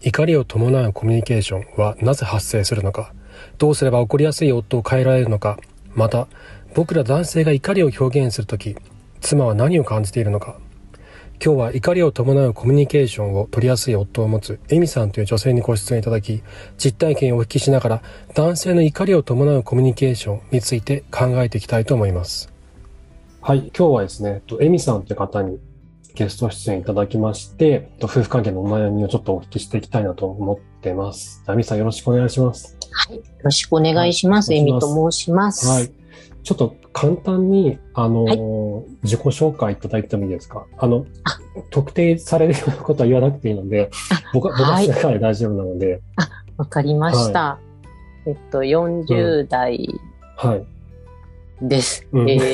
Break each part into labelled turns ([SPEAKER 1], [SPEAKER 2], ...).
[SPEAKER 1] 怒りを伴うコミュニケーションはなぜ発生するのか、どうすれば起こりやすい夫を変えられるのか、また僕ら男性が怒りを表現するとき、妻は何を感じているのか。今日は怒りを伴うコミュニケーションを取りやすい夫を持つエミさんという女性にご出演いただき、実体験をお聞きしながら男性の怒りを伴うコミュニケーションについて考えていきたいと思います。はい、今日はですね、エミさんという方にゲスト出演いただきまして、夫婦関係のお悩みをちょっとお聞きしていきたいなと思ってます。エミさんよろしくお願いします。
[SPEAKER 2] はい、よろしくお願いします。エミと申します。
[SPEAKER 1] はい。ちょっと簡単に、
[SPEAKER 2] はい、
[SPEAKER 1] 自己紹介いただいてもいいですか？特定されるようなことは言わなくていいので、僕は世界で大丈夫なので。
[SPEAKER 2] わかりました。はい、40代です。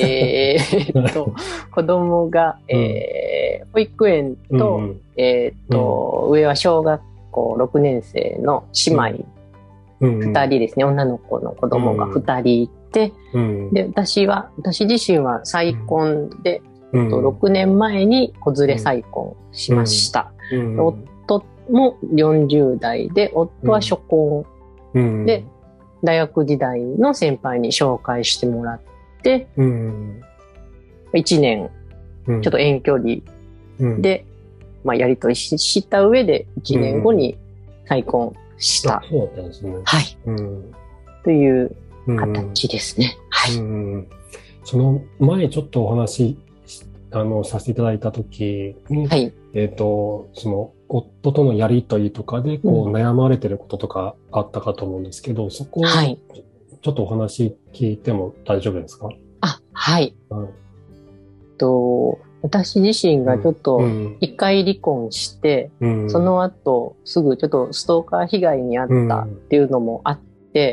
[SPEAKER 2] 子供が、保育園と、上は小学校6年生の姉妹2人ですね。女の子の子供が2人いて、で、私自身は再婚で、6年前に子連れ再婚しました。夫も40代で、夫は初婚で、大学時代の先輩に紹介してもらって、1年、ちょっと遠距離で、やりとりした上で、1年後に再婚した。
[SPEAKER 1] そうだったんですね。
[SPEAKER 2] はい。という形ですね。はい。
[SPEAKER 1] その前ちょっとお話させていただいたときに、はい、その夫とのやりとりとかで悩まれてることとかあったかと思うんですけど、そこをちょっとお話聞いても大丈夫ですか？
[SPEAKER 2] はい。私自身がちょっと一回離婚して、その後すぐちょっとストーカー被害に遭ったっていうのもあって、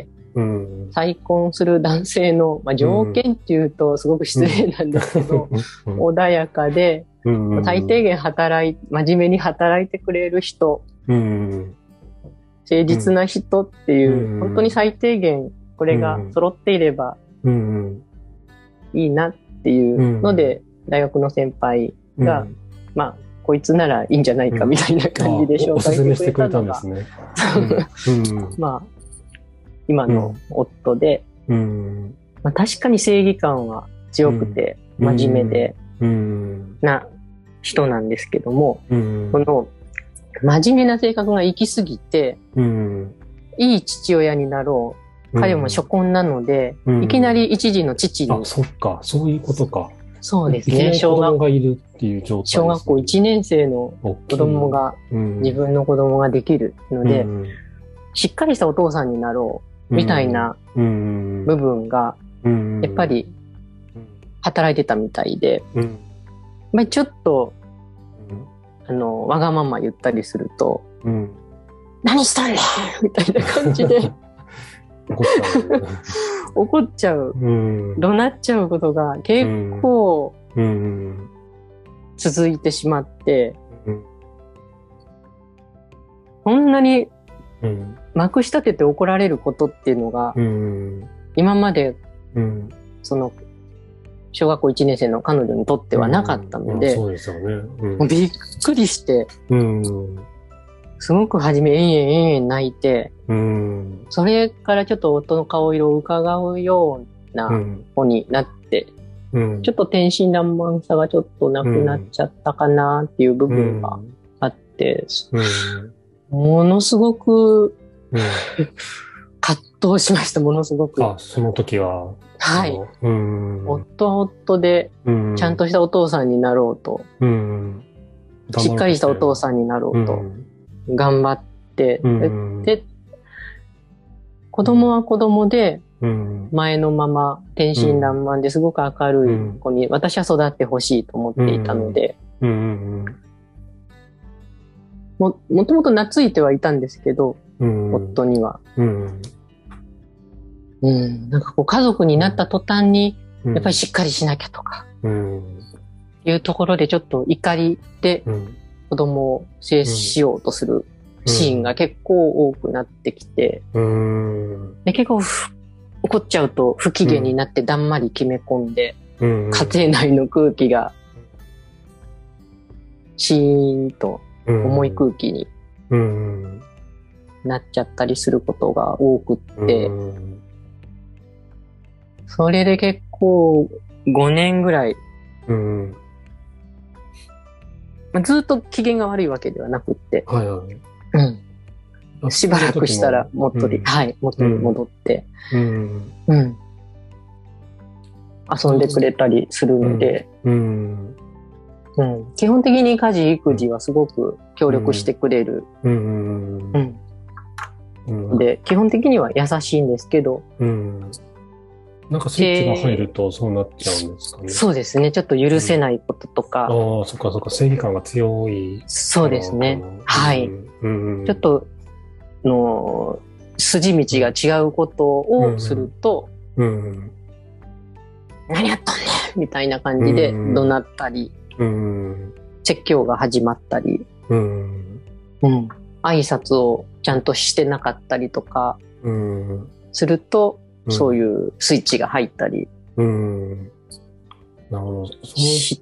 [SPEAKER 2] 再婚する男性の、条件っていうとすごく失礼なんですけど、穏やかで、最低限真面目に働いてくれる人、誠実な人っていう、本当に最低限これが揃っていればいいなっていうので、大学の先輩が、こいつならいいんじゃないかみたいな感じで紹介してくれたのが、今の夫で、確かに正義感は強くて真面目でな人なんですけども、この真面目な性格が行き過ぎて、いい父親になろう。彼も初婚なので、いきなり一児の父に。
[SPEAKER 1] そっか、そういうことか。
[SPEAKER 2] そうですね。
[SPEAKER 1] 子供がいるっていう状態ですね。
[SPEAKER 2] 小学校1年生の子供が、自分の子供ができるので、しっかりしたお父さんになろう、みたいな部分が、やっぱり働いてたみたいで、ちょっと、わがまま言ったりすると、何したんだみたいな感じで、怒っちゃう、怒鳴っちゃうことが結構続いてしまって、こんなにまくし立てて怒られることっていうのが、今までその小学校1年生の彼女にとってはなかったので、びっくりして、すごく初め延々泣いて、それからちょっと夫の顔色を伺うような子になって、ちょっと天真爛漫さがちょっとなくなっちゃったかなっていう部分があって、ものすごく葛藤しました、ものすごく。
[SPEAKER 1] その時は。
[SPEAKER 2] はい。夫は夫で、ちゃんとしたお父さんになろうと、しっかりしたお父さんになろうと、頑張って、で、子供は子供で、前のまま天真爛漫ですごく明るい子に私は育ってほしいと思っていたので、もともと懐いてはいたんですけど、夫には。なんか家族になった途端に、やっぱりしっかりしなきゃとか、いうところでちょっと怒りで子供を制しようとするシーンが結構多くなってきて、で結構怒っちゃうと不機嫌になってだんまり決め込んで、家庭内の空気がシーンと重い空気になっちゃったりすることが多くって、それで結構5年ぐらい、ずっと機嫌が悪いわけではなくって、しばらくしたら元に戻って、遊んでくれたりするので、基本的に家事育児はすごく協力してくれる。で、基本的には優しいんですけど、
[SPEAKER 1] なんかスイッチが入るとそうなっちゃうんですかね。
[SPEAKER 2] そうですね。ちょっと許せないこととか。
[SPEAKER 1] ああ、そっかそっか。正義感が強い。
[SPEAKER 2] そうですね。はい。ちょっと、筋道が違うことをすると、何やったんねんみたいな感じで怒鳴ったり、説教が始まったり、挨拶をちゃんとしてなかったりとかすると、そういうスイッチが入ったりして、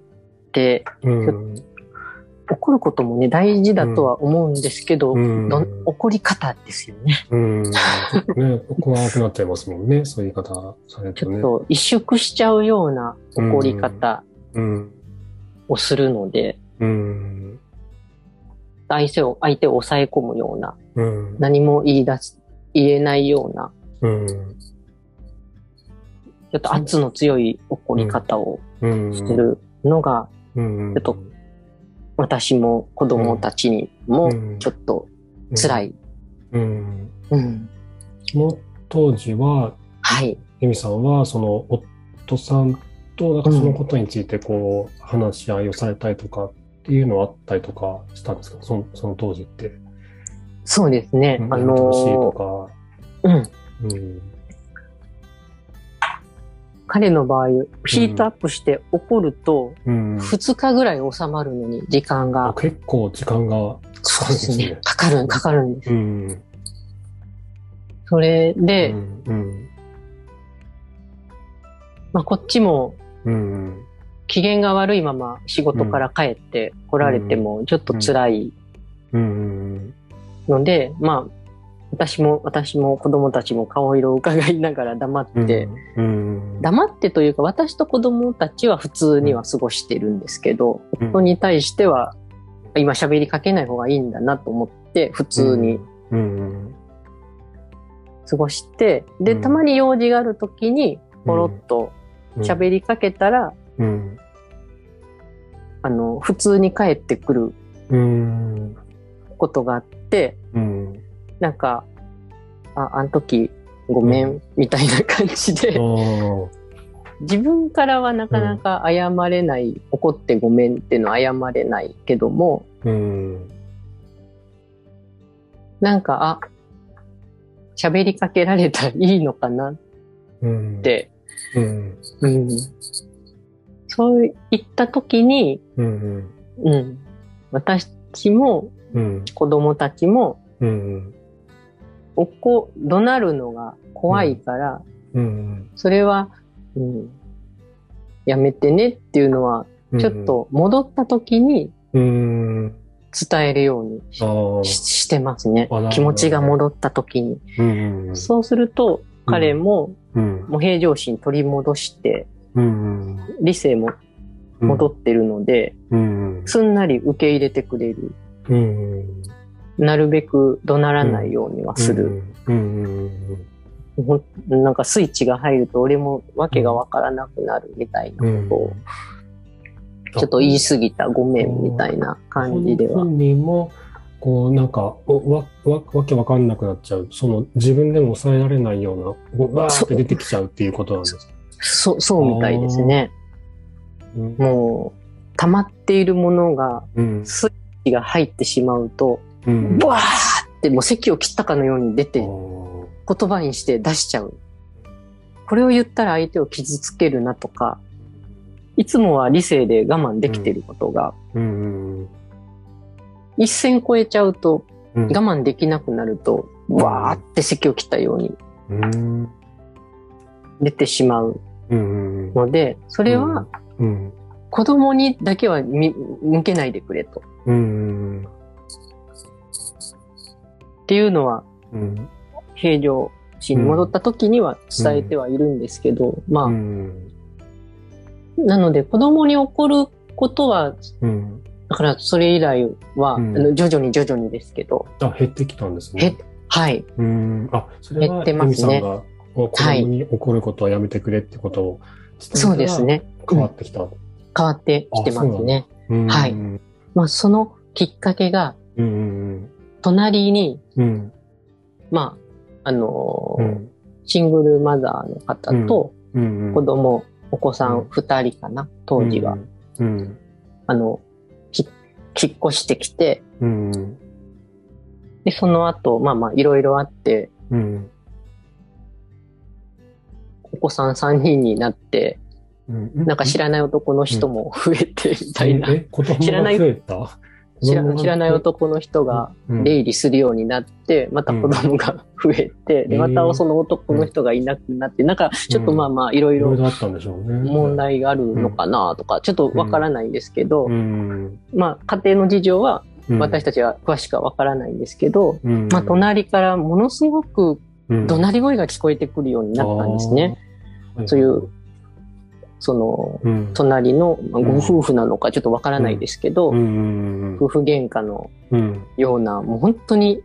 [SPEAKER 2] 怒ることもね大事だとは思うんですけど、怒り方ですよね。
[SPEAKER 1] 怖くなっちゃいますもんね、そういう言い方されるとね。
[SPEAKER 2] ちょっと萎縮しちゃうような怒り方をするので、相手を抑え込むような、何も言えないような、ちょっと圧の強い怒り方をするのが、ちょっと私も子供たちにもちょっと辛い。
[SPEAKER 1] その当時は、エミさんはその夫さんとなんかそのことについてこう話し合いをされたりとかっていうのはあったりとかしたんですか、その当時って。
[SPEAKER 2] そうですね。
[SPEAKER 1] とか。
[SPEAKER 2] 彼の場合、ヒートアップして怒ると、2日ぐらい収まるのに時間が。
[SPEAKER 1] 結構時間が
[SPEAKER 2] かかるんですね。かかるんです。それで、こっちも、機嫌が悪いまま仕事から帰って来られてもちょっと辛いので、私も子供たちも顔色を伺いながら黙ってというか、私と子供たちは普通には過ごしてるんですけど、夫に対しては今喋りかけない方がいいんだなと思って普通に過ごして、で、たまに用事がある時にポロッと喋りかけたら、普通に帰ってくることがあって、なんか、あの時ごめん、みたいな感じで、自分からはなかなか謝れない、怒ってごめんっていうのは謝れないけども、なんか、喋りかけられたらいいのかなって、そういった時に、私も子供たちも、怒鳴るのが怖いから、それは、やめてねっていうのは、ちょっと戻った時に伝えるようにしてますね。気持ちが戻った時に。そうすると、彼も、もう平常心取り戻して、理性も戻ってるので、すんなり受け入れてくれる。なるべく怒鳴らないようにはする。なんかスイッチが入ると俺も訳がわからなくなるみたいなことを、ちょっと言い過ぎたごめんみたいな感じでは。
[SPEAKER 1] 本人もこうなんかわけわかんなくなっちゃう、その自分でも抑えられないようなバーって出てきちゃうっていうことなんですか。
[SPEAKER 2] そうみたいですね。もう溜まっているものがスイッチが入ってしまうと、バーってもう咳を切ったかのように出て言葉にして出しちゃう。これを言ったら相手を傷つけるなとか、いつもは理性で我慢できてることが、一線越えちゃうと、我慢できなくなると、わーって咳を切ったように出てしまうので、それは子供にだけは向けないでくれと。 っていうのは、
[SPEAKER 1] うん、
[SPEAKER 2] 平常心に戻った時には伝えてはいるんですけど、まあ、なので子供に起こることは、だからそれ以来は、徐々にですけど。
[SPEAKER 1] 減ってきたんですね。
[SPEAKER 2] はい。
[SPEAKER 1] それは、
[SPEAKER 2] 減ってますね。
[SPEAKER 1] 子供に起こることはやめてくれってことを
[SPEAKER 2] そうですね。
[SPEAKER 1] 変わってきた。
[SPEAKER 2] 変わってきてますね。はい。まあ、そのきっかけが、隣に、まあ、シングルマザーの方と、子供、お子さん2人かな、当時は。引っ越してきて、で、その後、まあまあ、いろいろあって、お子さん3人になって、なんか知らない男の人も増えて、みたいな。
[SPEAKER 1] 知ら
[SPEAKER 2] ない男の人が出入りするようになって、また子供が増えて、でまたその男の人がいなくなって、なんかちょっとまあまあいろいろ問題があるのかなとか、ちょっとわからないんですけど、まあ家庭の事情は私たちは詳しくはわからないんですけど、まあ隣からものすごく怒鳴り声が聞こえてくるようになったんですね。そういう隣のご夫婦なのかちょっとわからないですけど、夫婦喧嘩のような、もう本当に、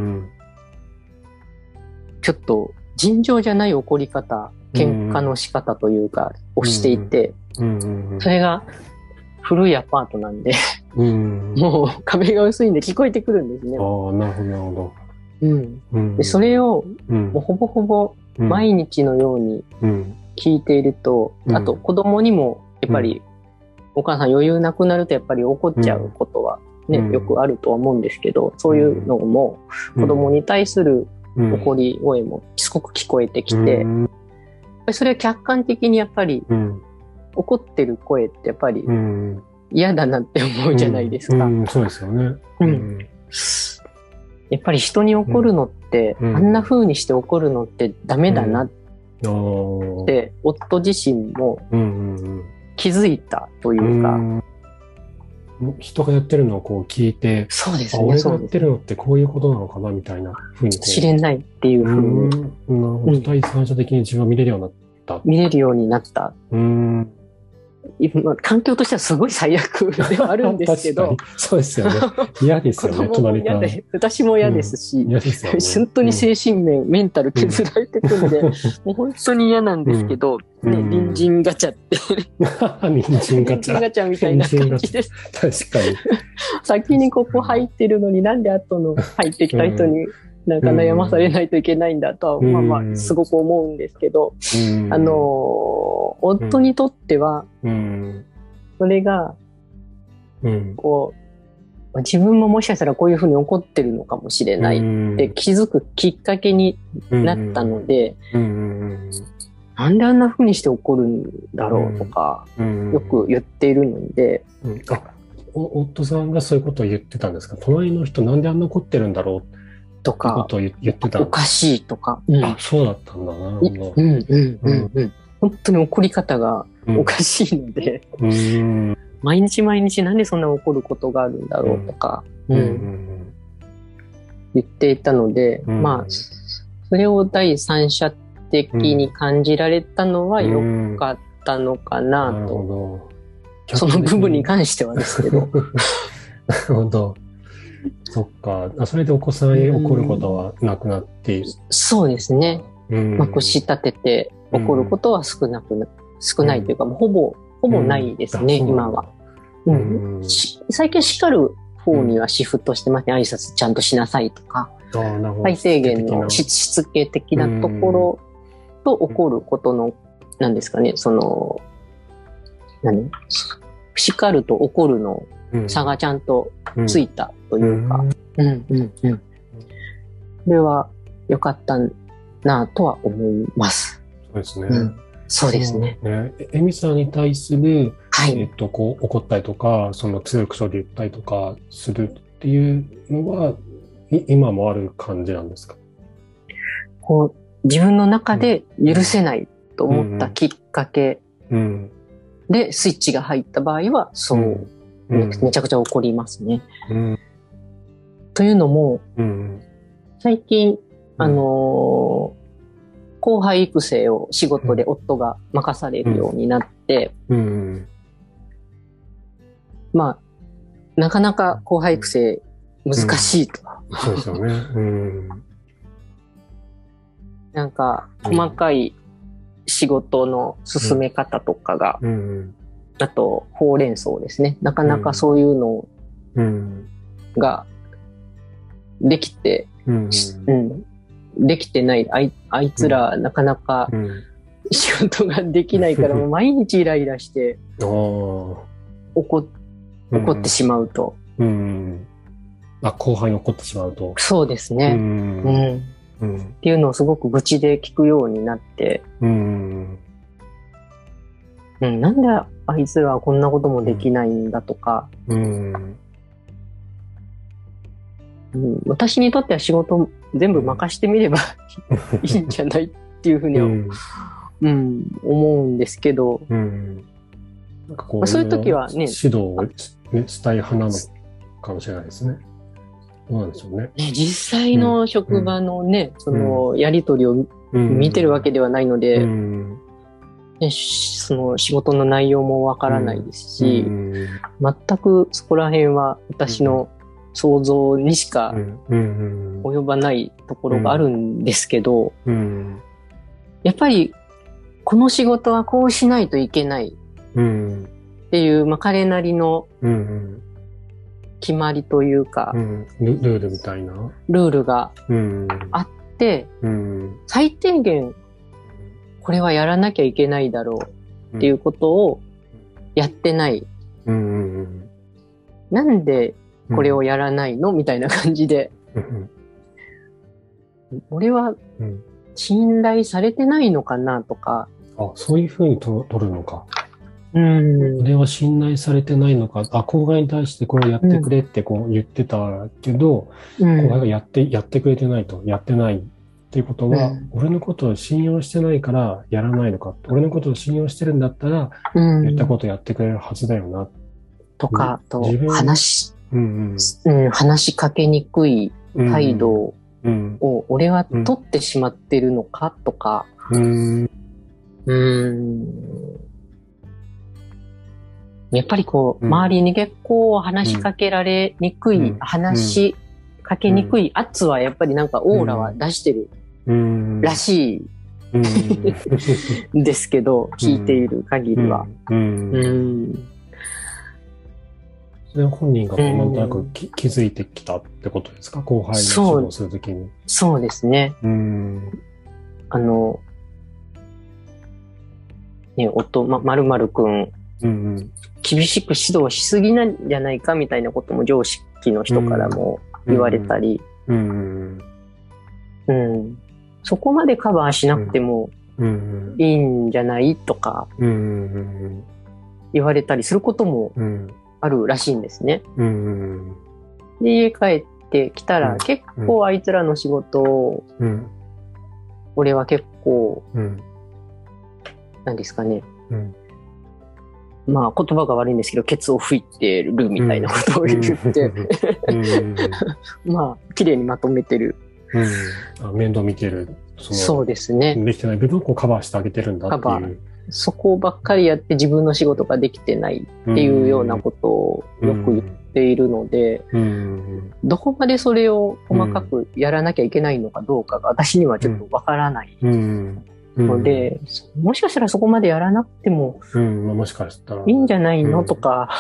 [SPEAKER 2] ちょっと尋常じゃない怒り方、喧嘩の仕方というか、をしていて、それが古いアパートなんで、もう壁が薄いんで聞こえてくるんですね。
[SPEAKER 1] なるほど、なるほ
[SPEAKER 2] ど。でそれを、もうほぼほぼ毎日のように、聞いていると、あと子供にもやっぱり、お母さん余裕なくなるとやっぱり怒っちゃうことはね、よくあるとは思うんですけど、そういうのも子供に対する怒り声もすごく聞こえてきて、それは客観的にやっぱり、怒ってる声ってやっぱり嫌だなって思うじゃないですか。
[SPEAKER 1] そうですよね。
[SPEAKER 2] やっぱり人に怒るのって、あんな風にして怒るのってダメだなって、夫自身も気づいたというか、
[SPEAKER 1] 人がやってるのをこう聞いて、
[SPEAKER 2] そうですね。
[SPEAKER 1] 俺がやってるのってこういうことなのかなみたいなふうに
[SPEAKER 2] 知れないっていうふうに。
[SPEAKER 1] 第三者的に自分は見れるようになった。
[SPEAKER 2] 見れるようになった。環境としてはすごい最悪ではあるんですけど。
[SPEAKER 1] そうですよね。嫌ですよね、隣から。
[SPEAKER 2] 私も嫌ですし、本当に精神面、メンタル削られてくんで、もう本当に嫌なんですけど、隣人ガチャって。
[SPEAKER 1] 隣人ガチャ。
[SPEAKER 2] 隣人ガチャみたいな感じです。
[SPEAKER 1] 確かに。
[SPEAKER 2] 先にここ入ってるのになんで後の入ってきた人になんか悩まされないといけないんだとは、まあまあ、すごく思うんですけど、夫にとっては、それが、こう、自分ももしかしたらこういうふうに怒ってるのかもしれないって気づくきっかけになったので、なんであんなふうにして怒るんだろうとか、よく言っているので、
[SPEAKER 1] 夫さんがそういうことを言ってたんですか？隣の人なんであんな怒ってるんだろう
[SPEAKER 2] とか、
[SPEAKER 1] ことを言ってた。
[SPEAKER 2] おかしいとか。
[SPEAKER 1] そうだったんだな。
[SPEAKER 2] 本当に怒り方がおかしいので、毎日毎日なんでそんな怒ることがあるんだろうとか、言っていたので、まあ、それを第三者的に感じられたのは良かったのかなと。その部分に関してはですけど。
[SPEAKER 1] なるほど。そっか。それでお子さんに怒ることはなくなっている。
[SPEAKER 2] そうですね。まくし立てて怒ることは少ないというか、ほぼないですね、今は。最近叱る方にはシフトしてますね。挨拶ちゃんとしなさいとか。最低限のしつけ的なところと怒ることの、なんですかね、叱ると怒るの差がちゃんとついたというか、それは良かったなとは思います。
[SPEAKER 1] そうですね。
[SPEAKER 2] そうですね。
[SPEAKER 1] エミさんに対する、こう怒ったりとか、強い口調で言ったりとかするっていうのは、今もある感じなんですか？
[SPEAKER 2] こう自分の中で許せないと思ったきっかけでスイッチが入った場合は、めちゃくちゃ怒りますね。というのも、 最近、後輩育成を仕事で夫が任されるようになって、まあ、なかなか後輩育成難しいと。
[SPEAKER 1] そうですよね。
[SPEAKER 2] なんか、細かい仕事の進め方とかが、あと、ほうれん草ですね。なかなかそういうのができて、できてない。あいつら、なかなか仕事ができないから、もう毎日イライラして、怒ってしまうと。
[SPEAKER 1] 後輩に怒ってしまうと。
[SPEAKER 2] そうですね。っていうのをすごく愚痴で聞くようになって、なんであいつらはこんなこともできないんだとか、私にとっては仕事全部任してみればいいんじゃないっていうふうには、思うんですけど、
[SPEAKER 1] なんかこう、
[SPEAKER 2] そういう時はね、
[SPEAKER 1] 指導を、したい派なのかもしれないですね。どうなんでしょうね。
[SPEAKER 2] 実際の職場のね、そのやりとりを見てるわけではないので、その仕事の内容もわからないですし、全くそこら辺は私の想像にしか及ばないところがあるんですけど、やっぱりこの仕事はこうしないといけないっていう、彼なりの決まりというか、
[SPEAKER 1] ルールみたいな
[SPEAKER 2] ルールがあって、最低限これはやらなきゃいけないだろうっていうことをやってない。なんでこれをやらないのみたいな感じで、俺は信頼されてないのかなとか。
[SPEAKER 1] そういうふうに取るのか。俺は信頼されてないのか。後輩に対してこれをやってくれってこう言ってたけど、後輩がやってくれてないと、やってないっていうことは、俺のことを信用してないからやらないのか。俺のことを信用してるんだったら、言ったことやってくれるはずだよな。
[SPEAKER 2] とか、話しかけにくい態度を俺は取ってしまってるのかとか、やっぱりこう、周りに結構話しかけられにくい、話しかけにくい圧はやっぱりなんかオーラは出してるらしいですけど、聞いている限りは。
[SPEAKER 1] それは本人がなんとなく気づいてきたってことですか？後輩に指導するときに。
[SPEAKER 2] そうですね。〇〇くん、厳しく指導しすぎなんじゃないかみたいなことも上司の人からも言われたり、そこまでカバーしなくてもいいんじゃないとか言われたりすることもあるらしいんですね。で、家帰ってきたら結構あいつらの仕事を俺は結構なんですかね。言葉が悪いんですけど、ケツを吹いてるみたいなことを言って、綺麗にまとめてる。
[SPEAKER 1] 面倒見てる。
[SPEAKER 2] そうですね。
[SPEAKER 1] できてない部分をカバーしてあげてるんだっていう。
[SPEAKER 2] そこばっかりやって自分の仕事ができてないっていうようなことをよく言っているので、どこまでそれを細かくやらなきゃいけないのかどうかが私にはちょっとわからない。ので、もしかしたらそこまでやらなくても、
[SPEAKER 1] もしかしたら
[SPEAKER 2] いいんじゃないのとか、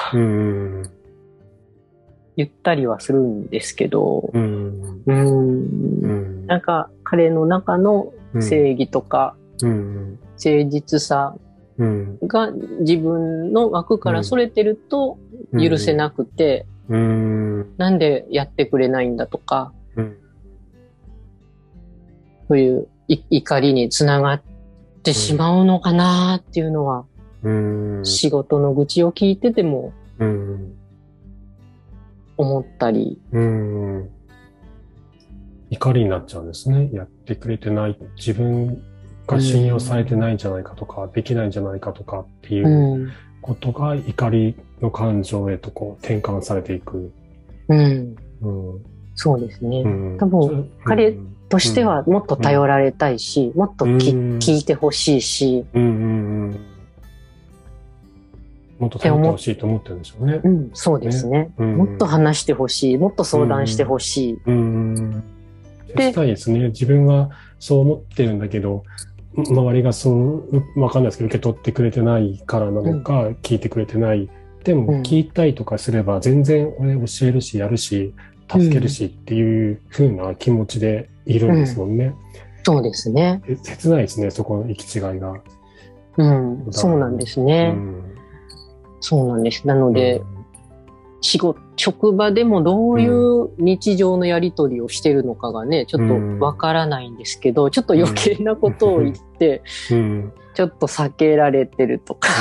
[SPEAKER 2] 言ったりはするんですけど、なんか彼の中の正義とか、誠実さが自分の枠からそれてると許せなくて、なんでやってくれないんだとか、そういう怒りにつながってしまうのかなっていうのは、仕事の愚痴を聞いてても思ったり、
[SPEAKER 1] 怒りになっちゃうんですね。やってくれてない、自分が信用されてないんじゃないかとか、できないんじゃないかとかっていうことが怒りの感情へとこう転換されていく。
[SPEAKER 2] そうですね。多分、彼としてはもっと頼られたいし、もっと聞いてほしいし、
[SPEAKER 1] もっと頼ってほしいと思ってるんでしょうね。
[SPEAKER 2] そうですね。もっと話してほしい、もっと相談してほしい。
[SPEAKER 1] で、したいですね。自分はそう思ってるんだけど、周りがわかんないですけど、受け取ってくれてないからなのか、聞いてくれてない。でも、聞いたりとかすれば、全然俺教えるし、やるし、助けるしっていう風な気持ちでいるんですもんね。
[SPEAKER 2] そうですね。
[SPEAKER 1] 切ないですね、そこの行き違いが。
[SPEAKER 2] そうなんですね。そうなんです。なので、職場でもどういう日常のやり取りをしてるのかがね、ちょっとわからないんですけど、ちょっと余計なことを言って、ちょっと避けられてるとか、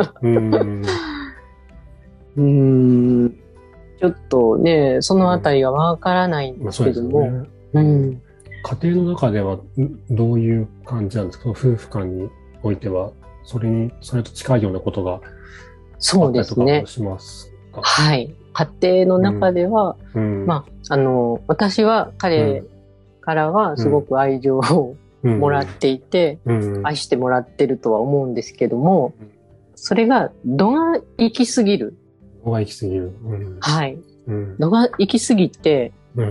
[SPEAKER 2] ちょっとね、そのあたりがわからないんですけども、
[SPEAKER 1] 家庭の中ではどういう感じなんですか？夫婦間においては、それと近いようなことがあったりとかしますか？
[SPEAKER 2] はい。家庭の中では、私は彼からはすごく愛情をもらっていて、愛してもらってるとは思うんですけども、それが度が行き過ぎる。
[SPEAKER 1] 度が行き過ぎる。
[SPEAKER 2] はい。度が行き過ぎて、例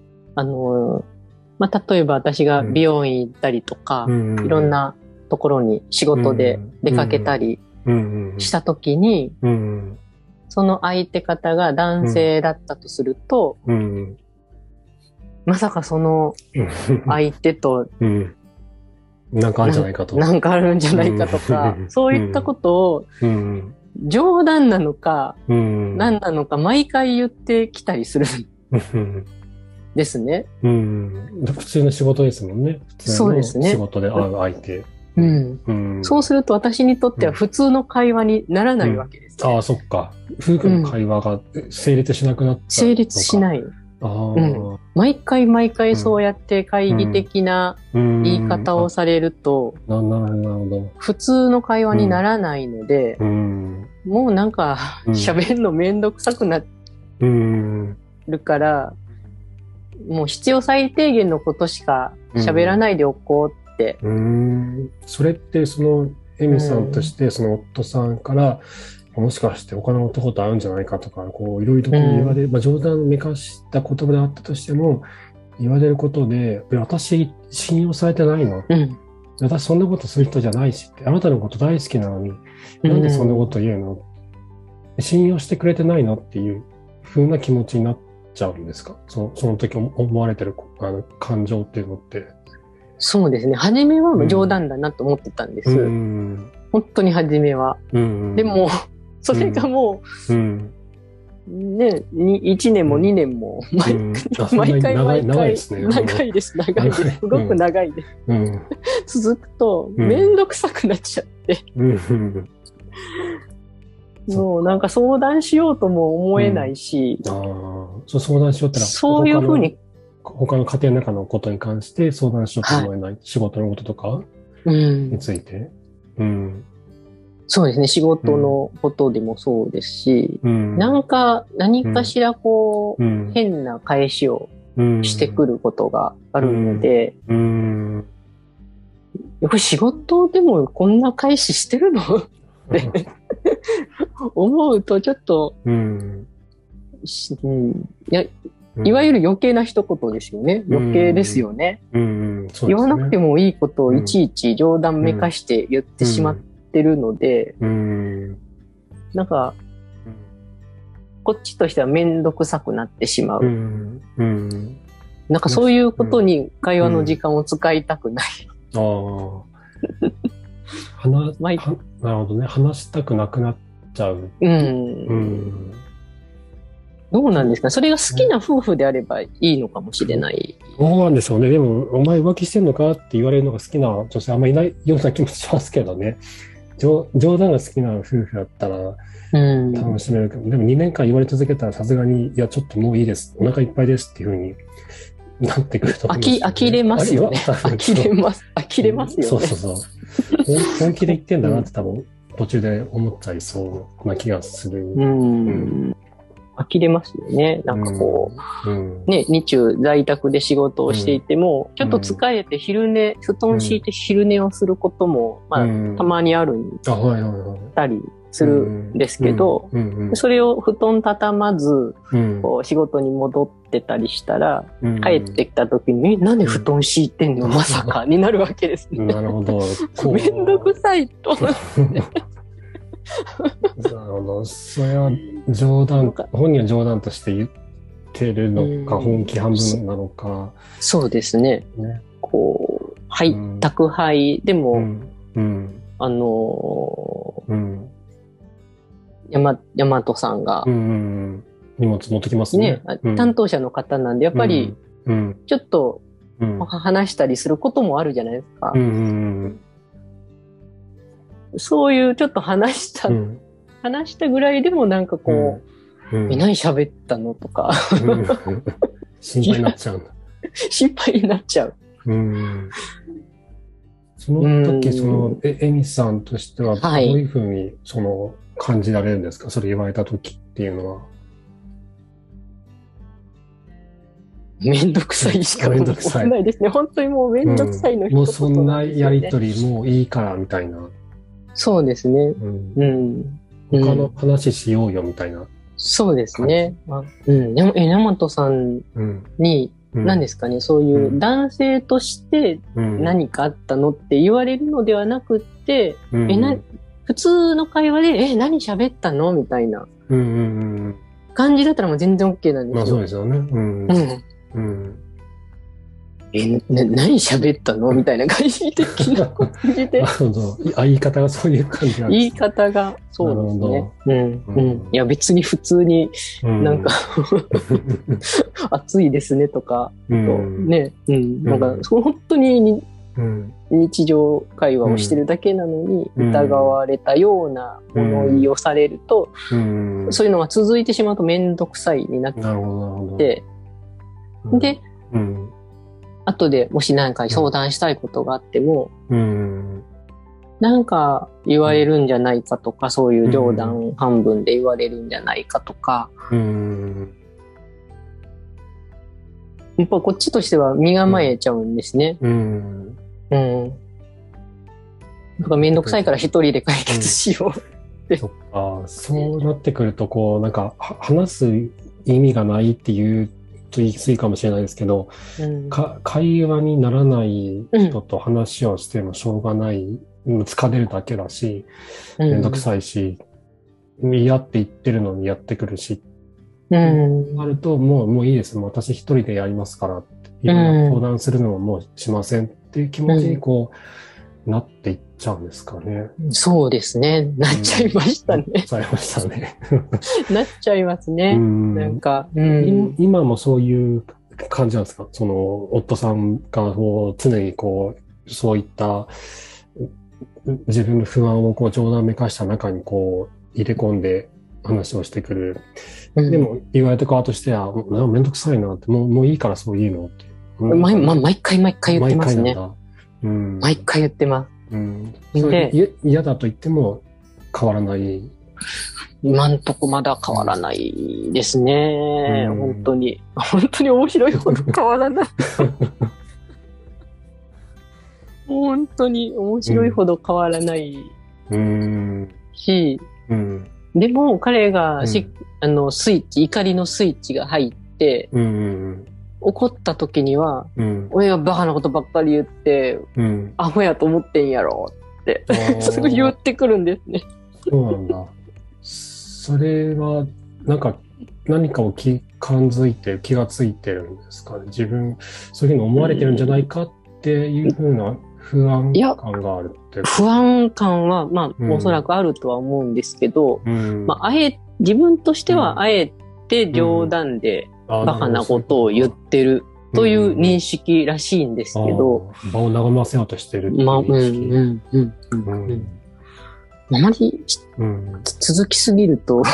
[SPEAKER 2] えば私が美容院行ったりとか、いろんなところに仕事で出かけたりしたときに、その相手方が男性だったとすると、まさかその相手と、
[SPEAKER 1] なんかあるんじゃないかと。
[SPEAKER 2] なんかあるんじゃないかとか、そういったことを、冗談なのか、何なのか毎回言ってきたりするですね。
[SPEAKER 1] 普通の仕事ですもんね。普通の仕事で会う相手。
[SPEAKER 2] そうすると私にとっては普通の会話にならないわけです、
[SPEAKER 1] ああ、そっか。夫婦の会話が成立しなくなっちゃう。
[SPEAKER 2] 成立しない。毎回毎回そうやって懐疑的な言い方をされると、普通の会話にならないので、もうなんか喋るのめんどくさくなるから、もう必要最低限のことしか喋らないでおこうって。
[SPEAKER 1] それってエミさんとしてその夫さんから、もしかして他の男と会うんじゃないかとか、いろいろと言われる、冗談めかした言葉であったとしても、言われることで、私信用されてないの、私そんなことする人じゃないしって、あなたのこと大好きなのに、なんでそんなこと言うの、信用してくれてないのっていう風な気持ちになっちゃうんですか？その時思われてる感情っていうのって。
[SPEAKER 2] そうですね。初めは冗談だなと思ってたんです。本当に初めは。でも、それがもう、ね、1年も2年も、毎回
[SPEAKER 1] 長いですね。
[SPEAKER 2] 長いです。すごく長いです。続くと、めんどくさくなっちゃって。もうなんか相談しようとも思えないし。
[SPEAKER 1] 相談しようってのは、
[SPEAKER 2] そういうふうに。
[SPEAKER 1] 他の家庭の中のことに関して相談しようと思えない。仕事のこととかについて。
[SPEAKER 2] そうですね。仕事のことでもそうですし、何かしら変な返しをしてくることがあるので、やっぱり仕事でもこんな返ししてるのって思うとちょっと、いわゆる余計な一言ですよね。余計ですよね。言わなくてもいいことをいちいち冗談めかして言ってしまってるので、なんか、こっちとしてはめんどくさくなってしまう。なんかそういうことに会話の時間を使いたくない。
[SPEAKER 1] なるほどね。話したくなくなっちゃう。
[SPEAKER 2] どうなんですか？それが好きな夫婦であればいいのかもしれない。
[SPEAKER 1] そうなんでしょうね。でも、お前浮気してんのかって言われるのが好きな女性あんまりいないような気もしますけどね。冗談が好きな夫婦だったら楽しめるけど、でも2年間言われ続けたらさすがに、いや、ちょっともういいです。お腹いっぱいですっていうふうになってくると思います、ね。
[SPEAKER 2] 呆れますよね。呆れますよね。
[SPEAKER 1] そう。本気で言ってんだなって多分途中で思っちゃいそうな気がする。
[SPEAKER 2] 呆れますよね。なんかこう、ね、日中在宅で仕事をしていても、ちょっと疲れて布団敷いて昼寝をすることも、まあ、たまにあるたりするんですけど、それを布団畳まず、こう仕事に戻ってたりしたら、帰ってきた時に、なんで布団敷いてんのまさかになるわけですね。
[SPEAKER 1] なるほど。
[SPEAKER 2] めんどくさいと思って。
[SPEAKER 1] なるほど。それは本人は冗談として言ってるのか、本気半分なのか。
[SPEAKER 2] そうですね。こう、宅配でも、大和さんが、
[SPEAKER 1] 荷物持ってきますね。
[SPEAKER 2] 担当者の方なんで、やっぱり、ちょっと、話したりすることもあるじゃないですか。そういうちょっと話したぐらいでもなんかこう、何喋ったのとか
[SPEAKER 1] 心配になっちゃう。
[SPEAKER 2] 心配になっちゃう。
[SPEAKER 1] その時、エミさんとしては、どういうふうに、感じられるんですか？それ言われた時っていうのは。
[SPEAKER 2] めんどくさいしか思わないですね。本当にもうめんどくさいの一言なんですよね。
[SPEAKER 1] もうそんなやりとりもういいからみたいな。
[SPEAKER 2] そうですね。
[SPEAKER 1] 他の話しようよみたいな。
[SPEAKER 2] そうですね。大和さんに、何ですかね、そういう男性として何かあったのって言われるのではなくって、普通の会話で、何喋ったのみたいな感じだったらもう全然 OK なんですよ。
[SPEAKER 1] まあそうですよね。
[SPEAKER 2] 何喋ったのみたいな感じ的な感じで。
[SPEAKER 1] 言い方がそういう感じなんですね。
[SPEAKER 2] 言い方がそうですね。いや別に普通になんか暑いですねとか、ね、なんか本当に日常会話をしてるだけなのに疑われたような物言いをされると、そういうのが続いてしまうとめんどくさいになって、で、後でもし何か相談したいことがあっても、なんか言われるんじゃないかとか、そういう冗談半分で言われるんじゃないかとか、やっぱこっちとしては身構えちゃうんですね。なんかめんどくさいから一人で解決しようって。
[SPEAKER 1] そっか、そうなってくると、こう、なんか話す意味がないっていうと言い過ぎかもしれないですけど、会話にならない人と話をしてもしょうがない、疲れるだけだし、めんどくさいし、嫌って言ってるのにやってくるし、なると、もういいです。もう私一人でやりますからって、いろんな相談するのももうしませんっていう気持ちにこう、なっていっちゃうんですかね。
[SPEAKER 2] そうですね。なっちゃいましたね。
[SPEAKER 1] なっちゃいましたね。
[SPEAKER 2] なっちゃいますね。なんか、
[SPEAKER 1] 今もそういう感じなんですか？夫さんが常にこう、そういった自分の不安をこう冗談めかした中にこう入れ込んで話をしてくる。でも言われた側としては、めんどくさいなって、もういいからそういうのって。
[SPEAKER 2] 毎回言ってますね。毎回言ってます。
[SPEAKER 1] で、嫌だと言っても変わらない。
[SPEAKER 2] 今んとこまだ変わらないですね。本当に面白いほど変わらない。本当に面白いほど変わらないし、でも彼が怒りのスイッチが入って、怒った時には、俺がバカなことばっかり言って、アホやと思ってんやろってすぐ言ってくるんですね。
[SPEAKER 1] そうなんだ。それは何かを気がついてるんですかね。自分そういうふうに思われてるんじゃないかっていうふうな不安感があるって。
[SPEAKER 2] 不安感はおそらくあるとは思うんですけど、自分としてはあえて冗談でバカなことを言ってるという認識らしいんですけど、
[SPEAKER 1] 場を和ませようとしてるっていう認識。
[SPEAKER 2] あまり続きすぎると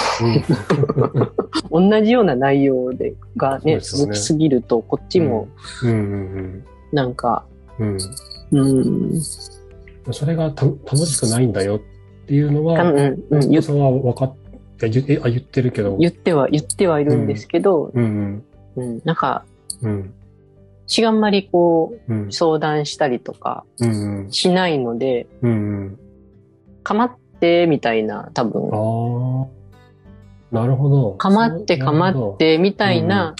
[SPEAKER 2] 同じような内容がね、続きすぎるとこっちもなんか
[SPEAKER 1] それが楽しくないんだよっていうのは、夫さんは分かっ言ってるけど。
[SPEAKER 2] 言ってはいるんですけど、なんか、私があんまりこう、相談したりとかしないので、かまってみたいな、多分。
[SPEAKER 1] なるほど。
[SPEAKER 2] かまってみたいな、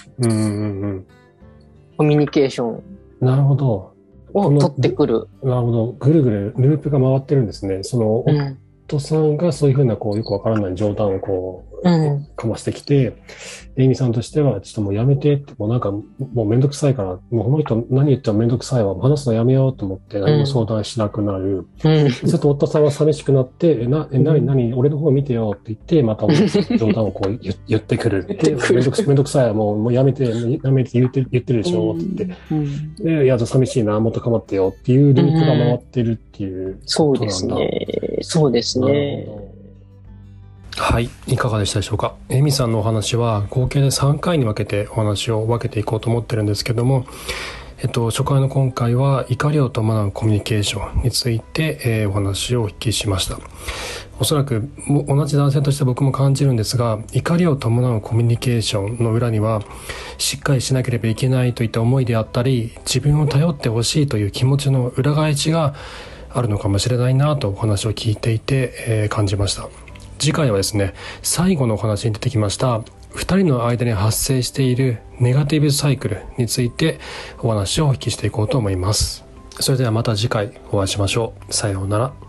[SPEAKER 2] コミュニケーション。
[SPEAKER 1] なるほど。
[SPEAKER 2] を取ってくる。
[SPEAKER 1] なるほど。ぐるぐるループが回ってるんですね。夫さんがそういうふうな、こう、よくわからない冗談をこう、かましてきて、エイミさんとしては、ちょっともうやめてって、もうなんか、もうめんどくさいから、もうこの人何言ってもめんどくさいわ、話すのやめようと思って何も相談しなくなる。ちょっと夫さんは寂しくなって、何、俺の方見てよって言って、また冗談をこう言ってくる。で、めんどくさいわ、もうやめて言ってるでしょって言って。で、いや、寂しいな、もっとかまってよっていうループが回ってるっていうことなんだ。
[SPEAKER 2] そうですね。そうですね。
[SPEAKER 1] はい。いかがでしたでしょうか。エミさんのお話は合計で3回に分けてお話を分けていこうと思ってるんですけども、初回の今回は怒りを伴うコミュニケーションについて、お話をお聞きしました。おそらく同じ男性として僕も感じるんですが、怒りを伴うコミュニケーションの裏にはしっかりしなければいけないといった思いであったり、自分を頼ってほしいという気持ちの裏返しがあるのかもしれないなとお話を聞いていて、感じました。次回はですね、最後のお話に出てきました2人の間に発生しているネガティブサイクルについてお話をお聞きしていこうと思います。それではまた次回お会いしましょう。さようなら。